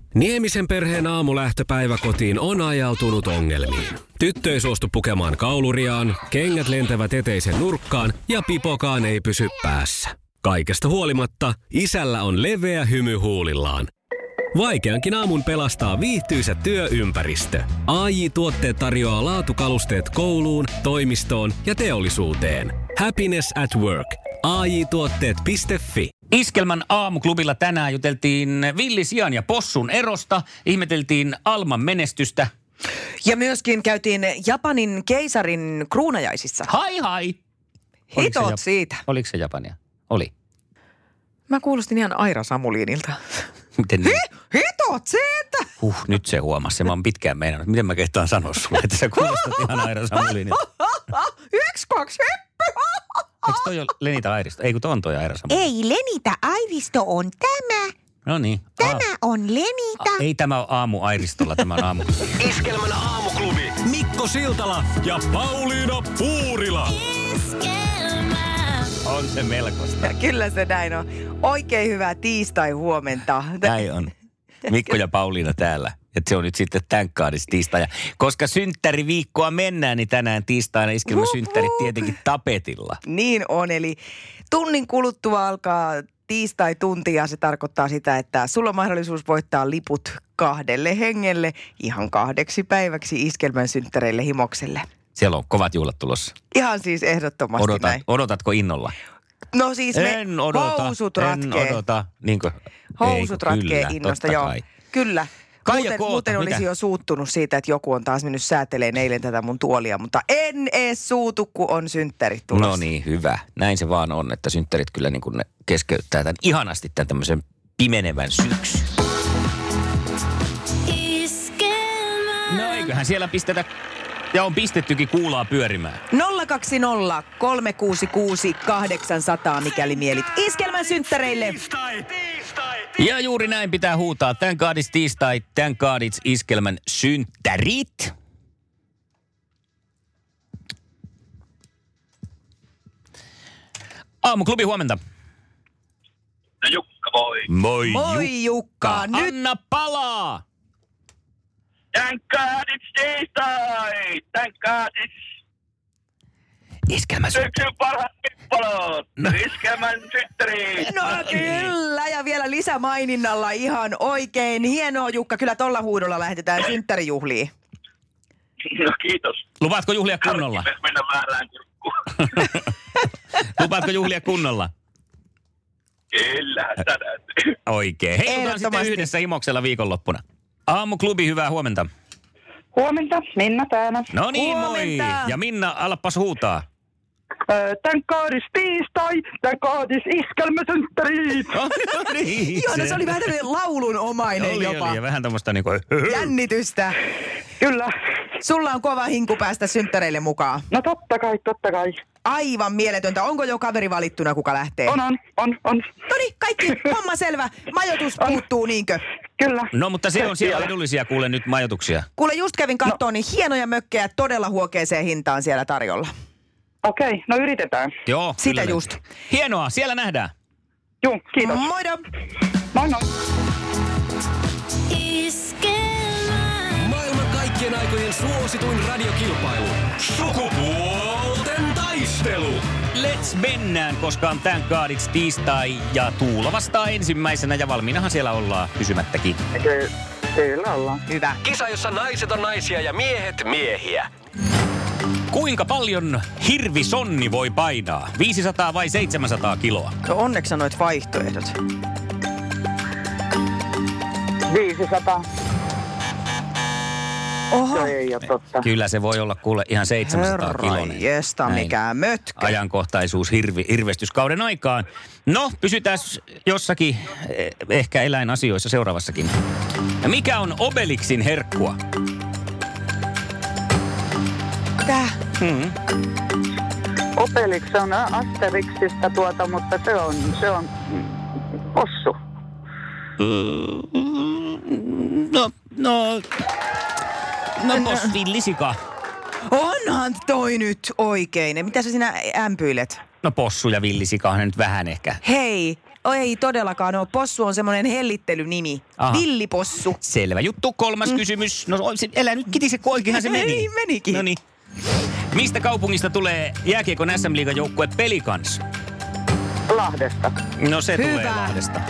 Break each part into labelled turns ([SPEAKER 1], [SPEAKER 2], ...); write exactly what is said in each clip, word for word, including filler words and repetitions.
[SPEAKER 1] Niemisen perheen aamulähtöpäivä kotiin on ajautunut ongelmiin. Tyttö ei suostu pukemaan kauluriaan, kengät lentävät eteisen nurkkaan ja pipokaan ei pysy päässä. Kaikesta huolimatta, isällä on leveä hymy huulillaan. Vaikeankin aamun pelastaa viihtyisä työympäristö. A J-tuotteet tarjoaa laatukalusteet kouluun, toimistoon ja teollisuuteen. Happiness at work. A J tuotteet piste fi.
[SPEAKER 2] Iskelmän aamuklubilla tänään juteltiin villisian ja possun erosta, ihmeteltiin Alman menestystä.
[SPEAKER 3] Ja myöskin käytiin Japanin keisarin kruunajaisissa.
[SPEAKER 2] Hai hai!
[SPEAKER 3] Hitot siitä.
[SPEAKER 2] Oliko se Japania? Oli.
[SPEAKER 3] Mä kuulostin ihan Aira Samuliinilta.
[SPEAKER 2] Miten niin?
[SPEAKER 3] Hi, hitot siitä!
[SPEAKER 2] Huh, nyt se huomasi. Mä oon pitkään meinannut. Miten mä kehtaan sanoa sulle, että sä kuulostat ihan Aira Samuliinilta.
[SPEAKER 3] Yksi, kaksi, heppi!
[SPEAKER 2] Eikö toi ole Lenita Airisto? Ei kun toi on toi Aira Samuliin.
[SPEAKER 4] Ei, Lenita Airisto on tämä.
[SPEAKER 2] No niin.
[SPEAKER 4] Tämä
[SPEAKER 2] Aa.
[SPEAKER 4] on Lenita.
[SPEAKER 2] Ei tämä ole aamu Airistolla, tämä on aamu.
[SPEAKER 1] Iskelmän aamuklubi. Mikko Siltala ja Pauliina Puurila.
[SPEAKER 4] Iskelmä.
[SPEAKER 2] On se melkoista.
[SPEAKER 3] Kyllä se näin on. Oikein hyvää tiistai-huomenta.
[SPEAKER 2] Näin on. Mikko ja Pauliina täällä. Että se on nyt sitten tänkkaadis tiistai. Koska synttäriviikkoa mennään, niin tänään tiistaina Iskelmän synttärit tietenkin tapetilla.
[SPEAKER 3] Niin on, eli tunnin kuluttua alkaa tiistai-tunti ja se tarkoittaa sitä, että sulla on mahdollisuus voittaa liput kahdelle hengelle ihan kahdeksi päiväksi Iskelmän synttäreille Himokselle.
[SPEAKER 2] Siellä on kovat juhlat tulossa.
[SPEAKER 3] Ihan siis ehdottomasti
[SPEAKER 2] Odotat,
[SPEAKER 3] näin.
[SPEAKER 2] Odotatko innolla?
[SPEAKER 3] No siis me
[SPEAKER 2] En odota,
[SPEAKER 3] housut
[SPEAKER 2] en
[SPEAKER 3] ratkee.
[SPEAKER 2] odota. Niin kuin,
[SPEAKER 3] Housut
[SPEAKER 2] ei,
[SPEAKER 3] ratkee
[SPEAKER 2] kyllä,
[SPEAKER 3] innosta,
[SPEAKER 2] totta
[SPEAKER 3] joo.
[SPEAKER 2] kai.
[SPEAKER 3] Kyllä.
[SPEAKER 2] Kaija
[SPEAKER 3] Muuten,
[SPEAKER 2] Koota,
[SPEAKER 3] muuten
[SPEAKER 2] mitä?
[SPEAKER 3] olisi jo suuttunut siitä, että joku on taas mennyt sääteleen eilen tätä mun tuolia, mutta en ees suutu, kun on synttärit tulossa.
[SPEAKER 2] No niin, hyvä. Näin se vaan on, että synttärit kyllä niin kuin ne keskeyttää tämän ihanasti tämän tämmöisen pimenevän syksyn. No eiköhän siellä pistetä, ja on pistettykin kuulaa pyörimään.
[SPEAKER 3] nolla kaksi nolla kolme kuusi kuusi kahdeksan nolla nolla mikäli mielit Iskelmän synttäreille.
[SPEAKER 2] Ja juuri näin pitää huutaa. Tän kaadis tiistai, tän kaadis Iskelmän synttärit. Aamuklubi, huomenta.
[SPEAKER 5] Jukka, moi.
[SPEAKER 2] Moi,
[SPEAKER 3] Moi Jukka, nyt
[SPEAKER 2] Anna palaa!
[SPEAKER 5] Thank God it's tiistai! Thank God it's
[SPEAKER 2] Iskelmän synttärit.
[SPEAKER 5] syksyn parhaat pippalot!
[SPEAKER 2] No.
[SPEAKER 5] Iskelmän synttärit!
[SPEAKER 3] No kyllä, ja vielä lisämaininnalla ihan oikein. Hienoa Jukka, kyllä tolla huudolla lähdetään synttärijuhliin.
[SPEAKER 5] No kiitos.
[SPEAKER 2] Lupaatko juhlia kunnolla?
[SPEAKER 5] Tarvitsisi mennä väärään kurkkuun.
[SPEAKER 2] Lupaatko juhlia kunnolla?
[SPEAKER 5] Kyllähän tänään.
[SPEAKER 2] Oikein. Heilutaan sitten
[SPEAKER 3] Ehdottomasti.
[SPEAKER 2] yhdessä Himoksella viikonloppuna. Aamuklubi, hyvää huomenta.
[SPEAKER 6] Huomenta, Minna täällä.
[SPEAKER 2] No niin, moi.
[SPEAKER 3] Huomenta.
[SPEAKER 2] Ja Minna, alapas huutaa.
[SPEAKER 6] Tän kaadis tiistai, tän kaadis iskelmäsynttärit.
[SPEAKER 2] No, no niin.
[SPEAKER 3] Joo, no se oli vähän tämmöinen laulunomainen
[SPEAKER 2] oli,
[SPEAKER 3] jopa.
[SPEAKER 2] oli, ja vähän tämmöistä niinku...
[SPEAKER 3] Jännitystä.
[SPEAKER 6] Kyllä.
[SPEAKER 3] Sulla on kova hinku päästä synttäreille mukaan.
[SPEAKER 6] No totta kai, totta kai.
[SPEAKER 3] Aivan mieletöntä. Onko jo kaveri valittuna, kuka lähtee?
[SPEAKER 6] On, on, on, on.
[SPEAKER 3] No niin, kaikki, homma selvä. Majoitus puuttuu, niinkö?
[SPEAKER 6] Kyllä.
[SPEAKER 2] No, mutta se on siellä
[SPEAKER 6] Vielä.
[SPEAKER 2] edullisia kuule nyt majoituksia.
[SPEAKER 3] Kuule, just kävin kattoon, niin hienoja mökkejä todella huokeeseen hintaan siellä tarjolla.
[SPEAKER 6] Okei, okay, no yritetään.
[SPEAKER 2] Joo,
[SPEAKER 3] Sitä
[SPEAKER 2] kyllä
[SPEAKER 3] just.
[SPEAKER 2] löytyy. Hienoa, siellä nähdään.
[SPEAKER 6] Juu, kiitos.
[SPEAKER 3] Moido!
[SPEAKER 6] Moi moi.
[SPEAKER 1] Maailman kaikkien aikojen suosituin radiokilpailu. Sukupuolten taistelu.
[SPEAKER 2] Let's mennään, koska on tän kaadits tiistai ja Tuula vastaa ensimmäisenä ja valmiinahan siellä ollaan pysymättäkin.
[SPEAKER 6] Ky- kyllä ollaan.
[SPEAKER 3] Hyvä.
[SPEAKER 1] Kisa, jossa naiset on naisia ja miehet miehiä.
[SPEAKER 2] Kuinka paljon hirvisonni voi painaa? viisisataa vai seitsemänsataa kiloa?
[SPEAKER 3] No onneksi sanoit vaihtoehdot.
[SPEAKER 6] viisisataa.
[SPEAKER 3] Oho.
[SPEAKER 6] Se ei ole totta.
[SPEAKER 2] Kyllä se voi olla kuule ihan seitsemänsataa
[SPEAKER 3] Herra
[SPEAKER 2] kiloinen.
[SPEAKER 3] jesta,
[SPEAKER 2] Näin.
[SPEAKER 3] mikä mötkä.
[SPEAKER 2] Ajankohtaisuus hirvi, hirvestyskauden aikaan. No, pysytään jossakin eh, ehkä eläinasioissa seuraavassakin. Ja mikä on Obelixin herkkua?
[SPEAKER 3] Tää.
[SPEAKER 2] Hmm.
[SPEAKER 6] Obelix on Asterixista tuota, mutta se on, se on mm, possu.
[SPEAKER 2] No, no... No, posvillisika.
[SPEAKER 3] Onhan toi nyt oikein. Mitä sä sinä ämpyilet?
[SPEAKER 2] No possu ja villisika on nyt vähän ehkä.
[SPEAKER 3] Hei, ei todellakaan ole. Possu on semmoinen hellittelynimi.
[SPEAKER 2] Aha.
[SPEAKER 3] Villipossu.
[SPEAKER 2] Selvä juttu. Kolmas mm. kysymys. No se- älä nyt kitise, kun oikeinhan se meni.
[SPEAKER 3] Ei, menikin.
[SPEAKER 2] No niin. Mistä kaupungista tulee jääkiekon äs äm-liigan joukkue Pelicans?
[SPEAKER 6] Lahdesta.
[SPEAKER 2] No se
[SPEAKER 3] Hyvä.
[SPEAKER 2] tulee Lahdesta.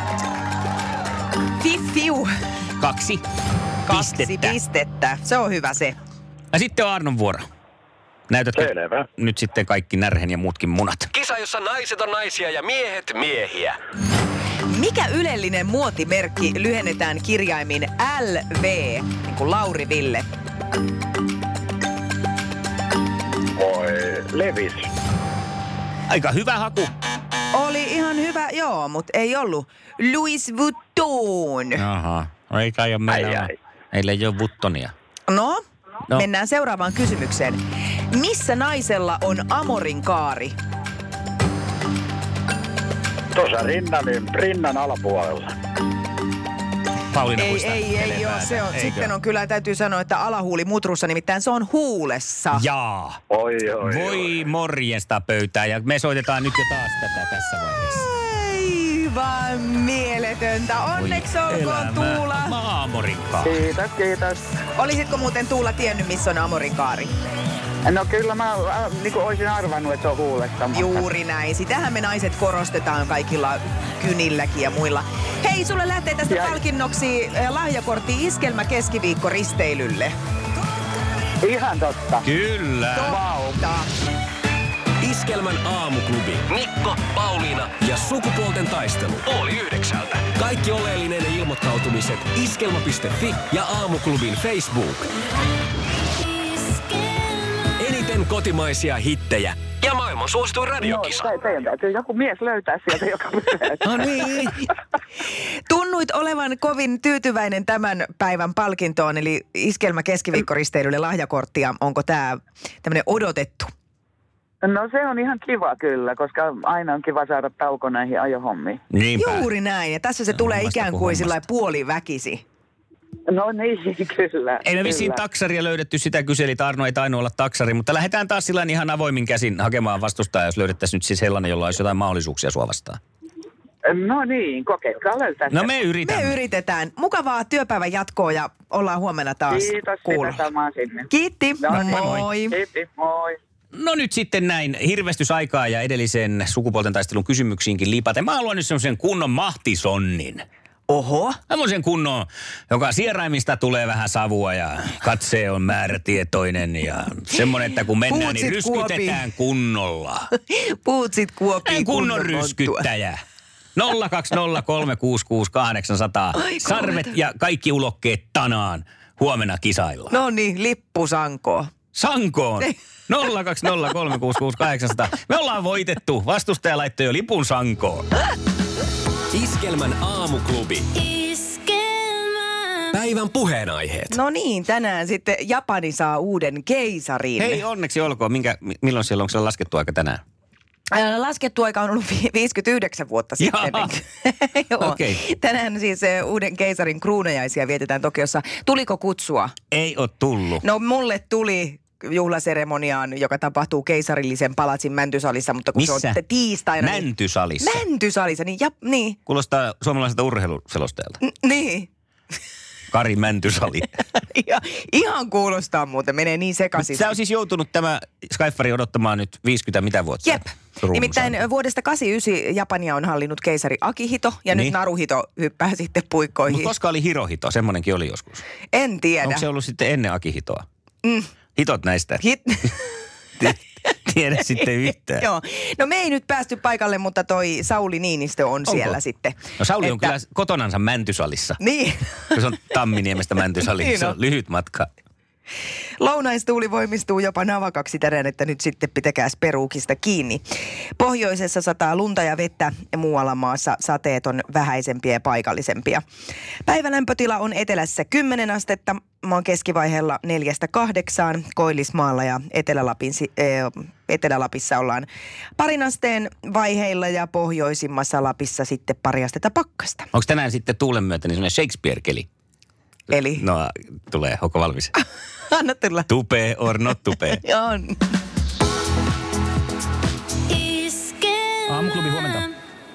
[SPEAKER 3] Fiffiu.
[SPEAKER 2] Kaksi,
[SPEAKER 3] Kaksi
[SPEAKER 2] pistettä.
[SPEAKER 3] pistettä. Se on hyvä se.
[SPEAKER 2] Ja sitten on Arnon vuoro. Näytätkö
[SPEAKER 5] Selvä.
[SPEAKER 2] nyt sitten kaikki närhen ja muutkin munat?
[SPEAKER 1] Kisa, jossa naiset on naisia ja miehet miehiä.
[SPEAKER 3] Mikä ylellinen muotimerkki lyhennetään kirjaimin L V, niin kuin Lauri Ville?
[SPEAKER 5] Oi, Levis.
[SPEAKER 2] Aika hyvä haku.
[SPEAKER 3] Oli ihan hyvä, joo, mutta ei ollut. Louis Vuitton.
[SPEAKER 2] Aha. No ei kai ole meillä.
[SPEAKER 5] Ai,
[SPEAKER 2] Ai,
[SPEAKER 5] ai.
[SPEAKER 2] Meillä ei ole Vuttonia.
[SPEAKER 3] No,
[SPEAKER 2] No.
[SPEAKER 3] no, mennään seuraavaan kysymykseen. Missä naisella on Amorin kaari?
[SPEAKER 5] Tuossa rinnan, rinnan alapuolella.
[SPEAKER 2] Pauliina
[SPEAKER 3] Ei,
[SPEAKER 2] muistaa
[SPEAKER 3] ei, ei
[SPEAKER 2] telepäätä.
[SPEAKER 3] ole. Se on,
[SPEAKER 2] Eikö?
[SPEAKER 3] sitten on kyllä, täytyy sanoa, että alahuuli mutrussa, nimittäin se on huulessa.
[SPEAKER 2] Jaa.
[SPEAKER 5] Oi, oi,
[SPEAKER 2] Voi morjesta pöytää ja me soitetaan nyt jo taas tätä tässä vaiheessa.
[SPEAKER 3] Aivan mieletöntä. Onneksi olkoon Tuula.
[SPEAKER 2] Maamorinkaan.
[SPEAKER 6] Kiitos, kiitos.
[SPEAKER 3] Olisitko muuten Tuula tiennyt, missä on Amorin kaari?
[SPEAKER 6] No kyllä mä äh, niin kuin olisin arvannut, että se on huulesta. mutta-
[SPEAKER 3] Juuri näin. Sitähän me naiset korostetaan kaikilla kynilläkin ja muilla. Hei, sulle lähtee tästä
[SPEAKER 6] Ja-
[SPEAKER 3] palkinnoksi eh, lahjakortti Iskelmä keskiviikko risteilylle.
[SPEAKER 6] Ihan totta.
[SPEAKER 2] Kyllä.
[SPEAKER 3] Totta.
[SPEAKER 1] Iskelmän aamuklubi. Mikko, Pauliina ja sukupuolten taistelu. Oli yhdeksältä. Kaikki oleellinen ilmoittautumiset iskelma piste fi ja aamuklubin Facebook. Eniten kotimaisia hittejä ja maailman suosituin radiokisa.
[SPEAKER 6] No, te- teidän täytyy joku mies löytää sieltä, joka pystyy.
[SPEAKER 2] No niin.
[SPEAKER 3] Tunnuit olevan kovin tyytyväinen tämän päivän palkintoon, eli Iskelmä keskiviikkoristeilylle lahjakorttia. Onko tämä tämmöinen odotettu?
[SPEAKER 6] No se on ihan kiva kyllä, koska aina on kiva saada tauko näihin ajohommiin.
[SPEAKER 2] Niinpä.
[SPEAKER 3] Juuri näin. Ja tässä se
[SPEAKER 2] No,
[SPEAKER 3] tulee
[SPEAKER 2] hommasta
[SPEAKER 3] ikään
[SPEAKER 2] kuin
[SPEAKER 3] kuin sillä
[SPEAKER 2] hommasta.
[SPEAKER 3] puoliväkisi.
[SPEAKER 6] No niin, kyllä.
[SPEAKER 2] Ei me vissiin
[SPEAKER 6] kyllä.
[SPEAKER 2] taksaria löydetty, sitä kyselit. Arno ei tainnut olla taksari, mutta lähdetään taas sillä ihan avoimin käsin hakemaan vastustaa, jos löydettäisiin nyt siis sellainen, jolla olisi jotain mahdollisuuksia sua vastaan.
[SPEAKER 6] No niin, kokeilkaa löytää.
[SPEAKER 2] No
[SPEAKER 6] se.
[SPEAKER 2] me yritämme.
[SPEAKER 3] Me yritetään. Mukavaa työpäivän jatkoa ja ollaan huomenna taas
[SPEAKER 6] Kiitos,
[SPEAKER 3] kuulolla.
[SPEAKER 6] sitä samaa sinne.
[SPEAKER 3] Kiitti.
[SPEAKER 6] No niin.
[SPEAKER 3] Moi.
[SPEAKER 6] Kiitos, moi.
[SPEAKER 2] No nyt sitten näin hirvestysaikaa ja edellisen sukupuolten taistelun kysymyksiinkin liipaten. Mä haluan nyt semmoisen kunnon mahtisonnin.
[SPEAKER 3] Oho.
[SPEAKER 2] Semmoisen kunnon, joka sieraimista tulee vähän savua ja katse on määrätietoinen ja semmoinen, että kun mennään, niin
[SPEAKER 3] Puutsit kuopiin.
[SPEAKER 2] ryskytetään kunnolla.
[SPEAKER 3] Puut sit kuopiin
[SPEAKER 2] Ei kunnon
[SPEAKER 3] monttua.
[SPEAKER 2] ryskyttäjä. nolla kaksi nolla kolme kuusi kuusi kahdeksan nolla nolla.
[SPEAKER 3] Ai,
[SPEAKER 2] Sarvet
[SPEAKER 3] kauheeta.
[SPEAKER 2] ja kaikki ulokkeet tanaan. Huomenna kisailla.
[SPEAKER 3] No niin, lippusanko.
[SPEAKER 2] Sankoon.
[SPEAKER 3] Ei.
[SPEAKER 2] nolla kaksi nolla kolme kuusi kuusi kahdeksan nolla nolla. Me ollaan voitettu. Vastustaja laittoi jo lipun sankoon.
[SPEAKER 1] Iskelmän aamuklubi. Päivän puheenaiheet.
[SPEAKER 3] No niin, tänään sitten Japani saa uuden keisarin.
[SPEAKER 2] Hei, onneksi olkoon. Minkä, mi- milloin siellä onko siellä laskettu aika tänään?
[SPEAKER 3] Ää, Laskettu aika on ollut vi- viisikymmentäyhdeksän vuotta sitten.
[SPEAKER 2] Jaa.
[SPEAKER 3] Joo.
[SPEAKER 2] Okei.
[SPEAKER 3] Tänään siis eh, uuden keisarin kruunajaisia vietetään Tokiossa. Tuliko kutsua?
[SPEAKER 2] Ei ole tullut.
[SPEAKER 3] No mulle tuli juhlaseremoniaan, joka tapahtuu keisarillisen palatsin Mäntysalissa, mutta kun se
[SPEAKER 2] Missä?
[SPEAKER 3] on te- tiistaina. Niin,
[SPEAKER 2] Mäntysalissa.
[SPEAKER 3] Mäntysalissa, niin, ja, niin,
[SPEAKER 2] Kuulostaa suomalaiselta urheiluselostajalta.
[SPEAKER 3] n- niin.
[SPEAKER 2] Kari Mäntysali.
[SPEAKER 3] Ja, ihan kuulostaa muuten, menee niin sekaisin.
[SPEAKER 2] Sä on siis joutunut tämä Skyfari odottamaan nyt viisikymmentä mitä vuotta?
[SPEAKER 3] Jep.
[SPEAKER 2] Runsaan.
[SPEAKER 3] Nimittäin vuodesta kahdeksankymmentäyhdeksän Japania on hallinnut keisari Akihito ja
[SPEAKER 2] Niin.
[SPEAKER 3] nyt Naruhito hyppää sitten puikkoihin.
[SPEAKER 2] Mutta koska oli Hirohito? Semmoinenkin oli joskus.
[SPEAKER 3] En tiedä.
[SPEAKER 2] Onko se ollut sitten ennen Akihitoa?
[SPEAKER 3] Mm.
[SPEAKER 2] Hitot näistä.
[SPEAKER 3] Hit...
[SPEAKER 2] Tiedä sitten yhtään.
[SPEAKER 3] Joo. No me ei nyt päästy paikalle, mutta toi Sauli Niinistö on
[SPEAKER 2] Onko?
[SPEAKER 3] siellä sitten.
[SPEAKER 2] No Sauli on
[SPEAKER 3] Että-
[SPEAKER 2] kyllä kotonansa Mäntysalissa.
[SPEAKER 3] Niin.
[SPEAKER 2] Kun se on Tamminiemestä Mäntysaliin,
[SPEAKER 3] Niin
[SPEAKER 2] se
[SPEAKER 3] on.
[SPEAKER 2] on lyhyt matka.
[SPEAKER 3] Lounaistuuli voimistuu jopa navakaksi tänään, että nyt sitten pitäkääs peruukista kiinni. Pohjoisessa sataa lunta ja vettä ja muualla maassa sateet on vähäisempiä ja paikallisempia. Päivälämpötila on etelässä kymmenen astetta, maan keskivaiheella neljästä kahdeksaan, Koillismaalla ja Etelä-Lapin, äh, Etelä-Lapissa ollaan parin asteen vaiheilla ja pohjoisimmassa Lapissa sitten pari astetta pakkasta.
[SPEAKER 2] Onko tänään sitten tuulen myötä niin semmoinen Shakespeare-keli?
[SPEAKER 3] Eli
[SPEAKER 2] No, tulee. Onko valmis?
[SPEAKER 3] anna tulla.
[SPEAKER 2] Tupee or not tupee?
[SPEAKER 3] On.
[SPEAKER 2] Aamuklubi, huomenta.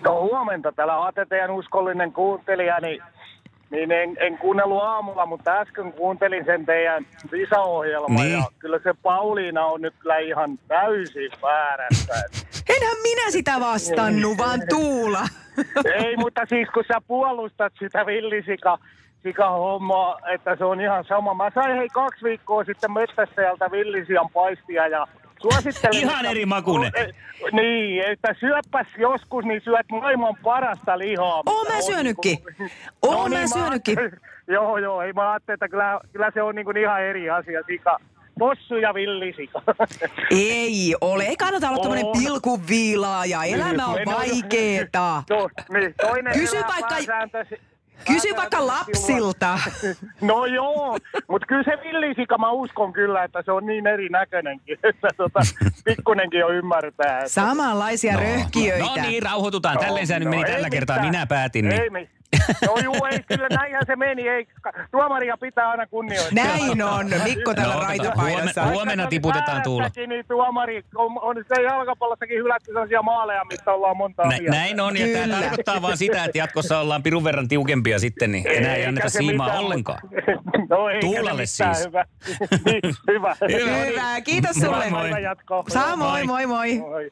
[SPEAKER 5] No huomenta, täällä on teidän uskollinen kuuntelija, niin, niin en, en kuunnellut aamulla, mutta äsken kuuntelin sen teidän lisäohjelman
[SPEAKER 2] Niin.
[SPEAKER 5] ja kyllä se Pauliina on nyt kyllä ihan täysin väärässä.
[SPEAKER 3] Enhän minä sitä vastannut, vaan Tuula.
[SPEAKER 5] Ei, mutta siis kun sä puolustat sitä villisika, sika hommaa, että se on ihan sama. Mä sain hei kaksi viikkoa sitten metsästäjältä villisian paistia ja suosittelen...
[SPEAKER 2] Ihan
[SPEAKER 5] että-
[SPEAKER 2] eri makuinen.
[SPEAKER 5] Niin, että syöpäs joskus, niin syöt maailman parasta lihaa.
[SPEAKER 3] Oon
[SPEAKER 5] mitä
[SPEAKER 3] mä
[SPEAKER 5] on
[SPEAKER 3] syönytkin.
[SPEAKER 5] niinku-
[SPEAKER 3] Oon mä
[SPEAKER 5] niin,
[SPEAKER 3] syönytkin.
[SPEAKER 5] ajattelin- Joo, joo, ei mä ajattelin, että kyllä, kyllä se on niinku ihan eri asia, sika. Possu ja villisika.
[SPEAKER 3] Ei ole. Ei kannata olla tämmönen
[SPEAKER 5] On.
[SPEAKER 3] pilkuviilaa ja elämä on
[SPEAKER 5] Mennään-
[SPEAKER 3] vaikeeta.
[SPEAKER 5] No, niin, toinen
[SPEAKER 3] Kysy
[SPEAKER 5] elää
[SPEAKER 3] vaikka-
[SPEAKER 5] pääsääntöisesti-
[SPEAKER 3] Kysy vaikka
[SPEAKER 5] pääsääntöisesti
[SPEAKER 3] lapsilta.
[SPEAKER 5] No joo, mutta kyllä se villisika, mä uskon kyllä, että se on niin erinäköinenkin, että tota, pikkunenkin jo ymmärtää. Että...
[SPEAKER 3] Samanlaisia röhkiöitä.
[SPEAKER 2] No niin, rauhoitutaan. Tälleen sä nyt meni
[SPEAKER 5] No, ei
[SPEAKER 2] tällä kertaa.
[SPEAKER 5] mitään.
[SPEAKER 2] Minä päätin. Niin.
[SPEAKER 5] Ei mi- No juu, ei, kyllä näinhän se meni. Ei, tuomaria pitää aina kunnioittaa.
[SPEAKER 3] Näin on. Mikko täällä
[SPEAKER 2] No,
[SPEAKER 3] raitopaidassa.
[SPEAKER 2] huomen- huomenna tiputetaan Tuula.
[SPEAKER 5] Niin tuomari on, on se jalkapallossakin hylätty sellaisia maaleja, mistä ollaan monta
[SPEAKER 2] Nä,
[SPEAKER 5] asiaa.
[SPEAKER 2] näin on, ja tämä
[SPEAKER 3] Kyllä.
[SPEAKER 2] tarkoittaa vaan sitä, että jatkossa ollaan pirun verran tiukempia sitten, niin enää ei
[SPEAKER 5] Eikä
[SPEAKER 2] anneta
[SPEAKER 5] se
[SPEAKER 2] siimaa
[SPEAKER 5] mitään,
[SPEAKER 2] ollenkaan.
[SPEAKER 5] No eikä
[SPEAKER 2] Tuulalle
[SPEAKER 5] se mitään,
[SPEAKER 2] siis.
[SPEAKER 5] Hyvä. Niin, hyvä.
[SPEAKER 2] Hyvä.
[SPEAKER 3] Hyvä, kiitos sulle.
[SPEAKER 2] Moi, moi.
[SPEAKER 5] Hyvää jatkoa.
[SPEAKER 3] Samoin, moi moi.
[SPEAKER 5] Moi.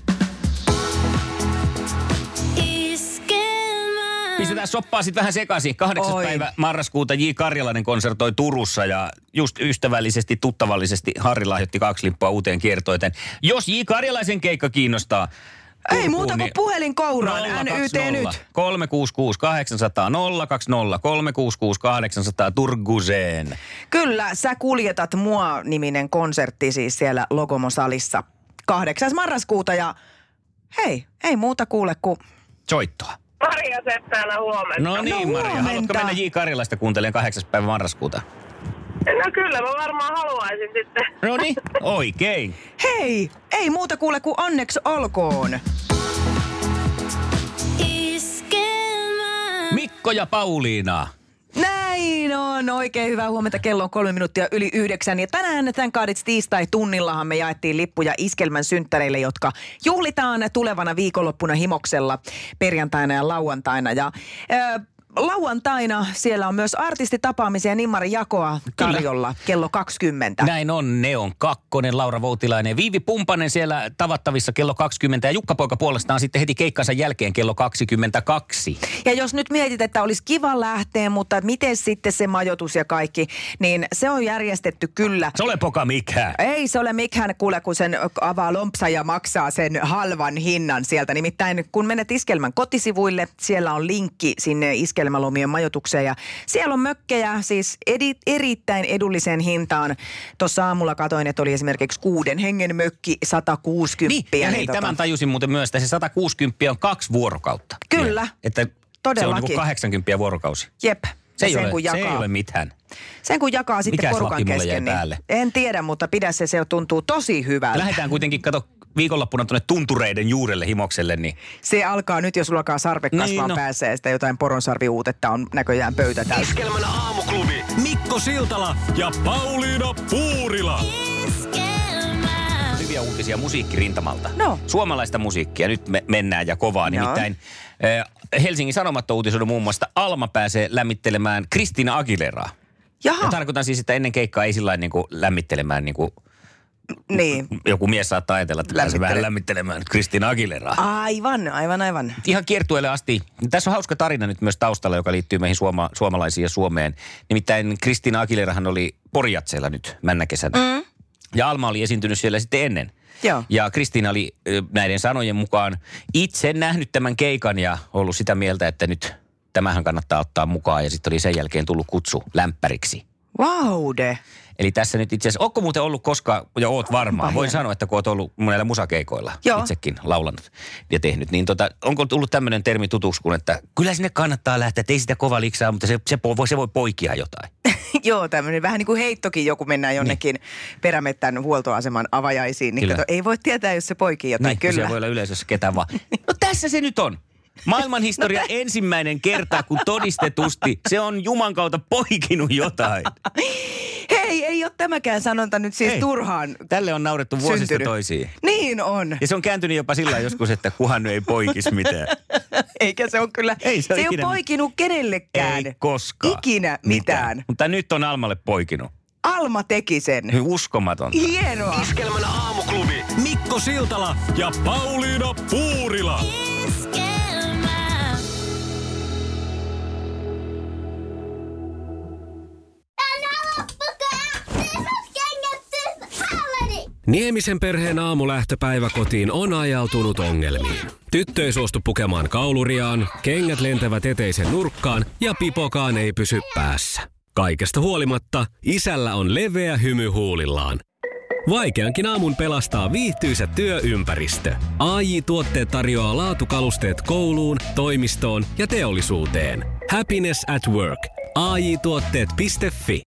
[SPEAKER 2] Pistetään soppaa sitten vähän sekaisin. Kahdeksas
[SPEAKER 3] Oi.
[SPEAKER 2] päivä marraskuuta J. Karjalainen konsertoi Turussa ja just ystävällisesti, tuttavallisesti Harri lahjoitti kaksi lippua uuteen kiertoiteen. Jos J. Karjalaisen keikka kiinnostaa,
[SPEAKER 3] Ei
[SPEAKER 2] Turkuun,
[SPEAKER 3] muuta kuin
[SPEAKER 2] niin
[SPEAKER 3] puhelin kouraan. N Y T nyt.
[SPEAKER 2] kolme kuusi kuusi kahdeksan nolla nolla nolla kaksi nolla kolme kuusi kuusi kahdeksan nolla nolla Turguseen.
[SPEAKER 3] Kyllä, sä kuljetat mua-niminen konsertti siis siellä Logomo-salissa kahdeksas marraskuuta ja hei, ei muuta kuule kuin
[SPEAKER 2] Soittoa.
[SPEAKER 6] Maria Seppälä huomenta.
[SPEAKER 2] No niin,
[SPEAKER 3] No
[SPEAKER 2] Maria. Haluatko
[SPEAKER 3] huomenta.
[SPEAKER 2] mennä J. Karjalaista kuuntelemaan kahdeksas päivä marraskuuta?
[SPEAKER 6] No kyllä, mä varmaan haluaisin sitten.
[SPEAKER 2] No niin, oikein.
[SPEAKER 3] hei, ei muuta kuule kuin onneksi olkoon.
[SPEAKER 2] Mikko ja Pauliina.
[SPEAKER 3] Näin on. Oikein hyvää huomenta. Kello on kolme minuuttia yli yhdeksän. Ja tänään tämän kaadits tiistai tunnillahan me jaettiin lippuja Iskelmän synttäreille, jotka juhlitaan tulevana viikonloppuna Himoksella perjantaina ja lauantaina. Ja ö, lauantaina siellä on myös artistitapaamisia Nimmari Jakoa tarjolla kello kaksikymmentä.
[SPEAKER 2] Näin on, Neon kakkonen, Laura Voutilainen ja Viivi Pumpanen siellä tavattavissa kello kaksikymmentä. Ja Jukka-poika puolestaan sitten heti keikkansa jälkeen kello kaksikymmentäkaksi.
[SPEAKER 3] Ja jos nyt mietit, että olisi kiva lähteä, mutta miten sitten se majoitus ja kaikki, niin se on järjestetty kyllä.
[SPEAKER 2] Se ole poka mikään.
[SPEAKER 3] Ei se ole mikään kuule, kun sen avaa lompsa ja maksaa sen halvan hinnan sieltä. Nimittäin kun menet Iskelmän kotisivuille, siellä on linkki sinne Iskelmälomien majoitukseen. Ja siellä on mökkejä siis edi, erittäin edulliseen hintaan. Tuossa aamulla katoin, että oli esimerkiksi kuuden hengen mökki sata kuusikymmentä.
[SPEAKER 2] Niin, ja hei,
[SPEAKER 3] niin tota-
[SPEAKER 2] tämän tajusin muuten myös, että se sata kuusikymmentä on kaksi vuorokautta.
[SPEAKER 3] Kyllä,
[SPEAKER 2] Niin, että se on
[SPEAKER 3] todellakin.
[SPEAKER 2] niin kuin kahdeksankymmentä vuorokausi.
[SPEAKER 3] Jep.
[SPEAKER 2] Se
[SPEAKER 3] Ja
[SPEAKER 2] ei,
[SPEAKER 3] sen,
[SPEAKER 2] ole,
[SPEAKER 3] kun
[SPEAKER 2] se ei
[SPEAKER 3] jakaa.
[SPEAKER 2] ole mitään.
[SPEAKER 3] Sen kun jakaa sitten
[SPEAKER 2] Mikäs
[SPEAKER 3] porukan
[SPEAKER 2] laki mulle jäi
[SPEAKER 3] kesken, niin
[SPEAKER 2] päälle?
[SPEAKER 3] en tiedä, mutta pidä se, se tuntuu tosi hyvältä.
[SPEAKER 2] Lähdetään kuitenkin, kato, viikonloppuna tuonne tuntureiden juurelle Himokselle, niin
[SPEAKER 3] Se alkaa nyt, jos sulla alkaa sarve kasvaa
[SPEAKER 2] Niin,
[SPEAKER 3] niin,
[SPEAKER 2] no.
[SPEAKER 3] päässä ja sitä jotain poronsarviuutetta on näköjään pöytä täysin.
[SPEAKER 1] Iskelmän aamuklubi. Mikko Siltala ja Pauliina Puurila.
[SPEAKER 2] hyviä uutisia musiikkirintamalta.
[SPEAKER 3] No.
[SPEAKER 2] Suomalaista musiikkia. Nyt me mennään ja kovaa.
[SPEAKER 3] No.
[SPEAKER 2] Nimittäin äh, Helsingin Sanomat on uutisoinut muun muassa, että Alma pääsee lämmittelemään Christina Aguileraa.
[SPEAKER 3] Jaha,
[SPEAKER 2] Ja tarkoitan siis, että ennen keikkaa ei sillä niin kuin lämmittelemään niin kuin
[SPEAKER 3] niin.
[SPEAKER 2] joku mies saattaa ajatella, että pääsee
[SPEAKER 3] Lämmittele-
[SPEAKER 2] vähän lämmittelemään Christina Aguileraa.
[SPEAKER 3] Aivan, aivan, aivan.
[SPEAKER 2] Ihan kiertueelle asti. Tässä on hauska tarina nyt myös taustalla, joka liittyy meihin suoma, suomalaisiin ja Suomeen. Nimittäin Christina Aguilerahan oli Porjatseilla nyt männä kesänä. Mm. Ja Alma oli esiintynyt siellä sitten ennen.
[SPEAKER 3] Joo.
[SPEAKER 2] Ja Kristiina oli ö, näiden sanojen mukaan itse nähnyt tämän keikan ja ollut sitä mieltä, että nyt tämähän kannattaa ottaa mukaan. Ja sitten oli sen jälkeen tullut kutsu lämpäriksi.
[SPEAKER 3] Vaude.
[SPEAKER 2] Eli tässä nyt itse asiassa, ootko muuten ollut koskaan, ja oot varmaan,
[SPEAKER 3] Onpa
[SPEAKER 2] voin
[SPEAKER 3] hieno.
[SPEAKER 2] sanoa, että kun oot ollut monella musakeikoilla
[SPEAKER 3] Joo.
[SPEAKER 2] itsekin laulanut ja tehnyt, niin tota, onko tullut tämmöinen termi tutuksi kuin, että kyllä sinne kannattaa lähteä, että ei sitä kova liksaa, mutta se, se, voi, se voi poikia jotain.
[SPEAKER 3] Joo, tämmöinen vähän niin kuin heittokin, joku mennään jonnekin niin. perämettän huoltoaseman avajaisiin. Niin
[SPEAKER 2] Kyllä.
[SPEAKER 3] kato, ei voi tietää, jos se poikii jotain.
[SPEAKER 2] Niin,
[SPEAKER 3] Kyllä.
[SPEAKER 2] siellä voi olla yleisössä ketä vaan. No tässä se nyt on. Maailmanhistorian no ensimmäinen kerta, kun todistetusti se on Juman kautta poikinut jotain.
[SPEAKER 3] Hei, ei ei ole tämäkään sanonta nyt siis
[SPEAKER 2] Ei.
[SPEAKER 3] turhaan
[SPEAKER 2] Tälle on naurettu vuosista
[SPEAKER 3] syntynyt.
[SPEAKER 2] toisiin.
[SPEAKER 3] Niin on.
[SPEAKER 2] Ja se on kääntynyt jopa sillä joskus, että kuhan ei poikis mitään.
[SPEAKER 3] Eikä se on kyllä,
[SPEAKER 2] Ei se
[SPEAKER 3] se
[SPEAKER 2] ole
[SPEAKER 3] ei ole
[SPEAKER 2] ikinä
[SPEAKER 3] poikinut kenellekään.
[SPEAKER 2] Ei koskaan.
[SPEAKER 3] Ikinä mitään.
[SPEAKER 2] Mutta nyt on Almalle poikinut.
[SPEAKER 3] Alma teki sen.
[SPEAKER 2] Uskomatonta.
[SPEAKER 3] Hienoa.
[SPEAKER 1] Iskelmän aamuklubi. Mikko Siltala ja Pauliina Puurila.
[SPEAKER 4] Iskelmää. Tänä loppukaa, tyhmät kengät, tyhmät hallani.
[SPEAKER 1] Niemisen perheen aamulähtöpäivä kotiin on ajautunut ongelmiin. Tyttö ei suostu pukemaan kauluriaan, kengät lentävät eteisen nurkkaan ja pipokaan ei pysy päässä. Kaikesta huolimatta, isällä on leveä hymy huulillaan. Vaikeankin aamun pelastaa viihtyisä työympäristö. A J-tuotteet tarjoaa laatukalusteet kouluun, toimistoon ja teollisuuteen. Happiness at work. A J tuotteet piste fi